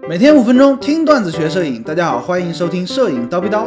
每天5分钟听段子学摄影，大家好，欢迎收听摄影叨逼叨。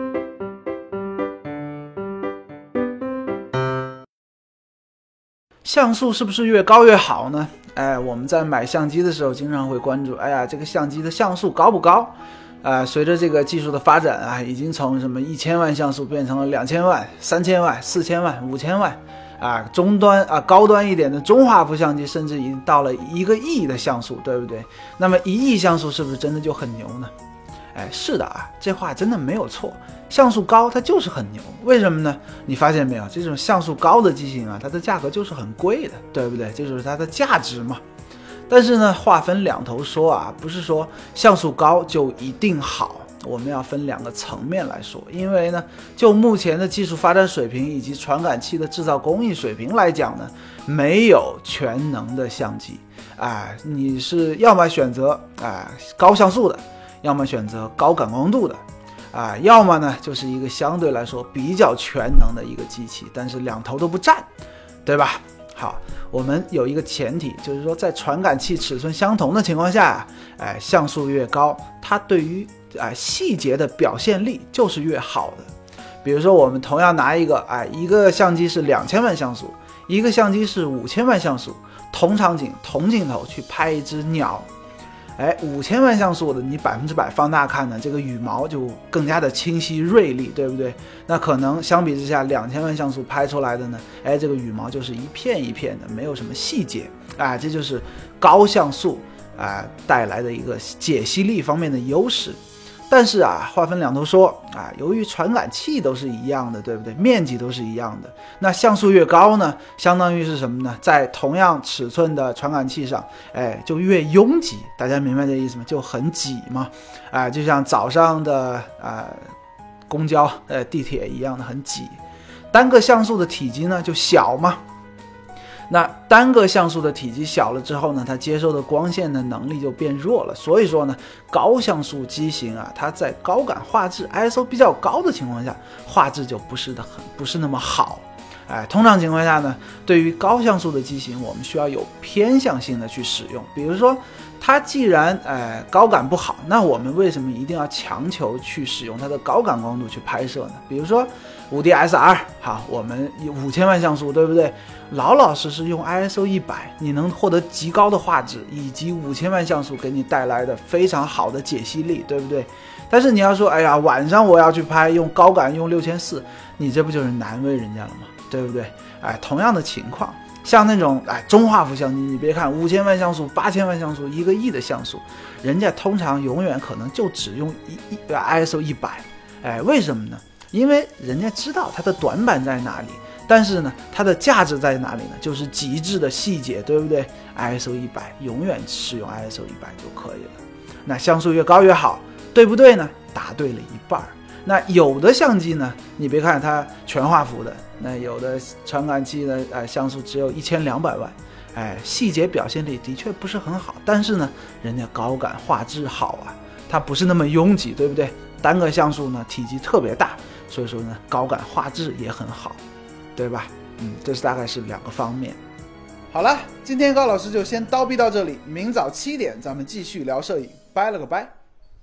像素是不是越高越好呢？我们在买相机的时候经常会关注，这个相机的像素高不高？随着这个技术的发展啊，已经从什么1000万像素变成了2000万、3000万、4000万、5000万中端高端一点的中画幅相机，甚至已经到了1个亿的像素，对不对？那么1亿像素是不是真的就很牛呢？是的这话真的没有错，像素高它就是很牛。为什么呢？你发现没有，这种像素高的机型它的价格就是很贵的，对不对？这就是它的价值嘛。但是呢，话分两头说不是说像素高就一定好，我们要分2个层面来说。因为呢，就目前的技术发展水平以及传感器的制造工艺水平来讲呢，没有全能的相机你是要么选择高像素的，要么选择高感光度的要么呢就是一个相对来说比较全能的一个机器，但是两头都不占，对吧？好，我们有一个前提，就是说在传感器尺寸相同的情况下像素越高，它对于细节的表现力就是越好的。比如说我们同样拿一个相机是2000万像素，一个相机是5000万像素，同场景同镜头去拍一只鸟，5000万像素的你100%放大看呢，这个羽毛就更加的清晰锐利，对不对？那可能相比之下2000万像素拍出来的呢，这个羽毛就是一片一片的，没有什么细节这就是高像素带来的一个解析力方面的优势。但是话分两头说由于传感器都是一样的，对不对？面积都是一样的，那像素越高呢，相当于是什么呢？在同样尺寸的传感器上就越拥挤，大家明白这意思吗？就很挤嘛就像早上的公交地铁一样的很挤。单个像素的体积呢就小嘛，那单个像素的体积小了之后呢，它接收的光线的能力就变弱了。所以说呢，高像素机型它在高感画质 ISO 比较高的情况下，画质就不是那么好。通常情况下呢，对于高像素的机型，我们需要有偏向性的去使用。比如说它既然高感不好，那我们为什么一定要强求去使用它的高感光度去拍摄呢？比如说 5DSR 好，我们5000万像素，对不对？老老实实用 ISO 100，你能获得极高的画质，以及5000万像素给你带来的非常好的解析力，对不对？但是你要说晚上我要去拍，用高感用6400，你这不就是难为人家了吗？对不对？同样的情况，像那种中画幅相机，你别看5000万像素、8000万像素、1个亿的像素，人家通常永远可能就只用ISO 100。为什么呢？因为人家知道它的短板在哪里，但是呢，它的价值在哪里呢？就是极致的细节，对不对？ ISO 100永远使用 ISO 100就可以了。那像素越高越好，对不对呢？答对了一半。那有的相机呢，你别看它全画幅的，那有的传感器的像素只有1200万，细节表现力的确不是很好，但是呢，人家高感画质好它不是那么拥挤，对不对？单个像素呢体积特别大，所以说呢高感画质也很好，对吧？这是大概是2个方面。好了，今天高老师就先叨逼到这里，明早7点咱们继续聊摄影，拜了个拜。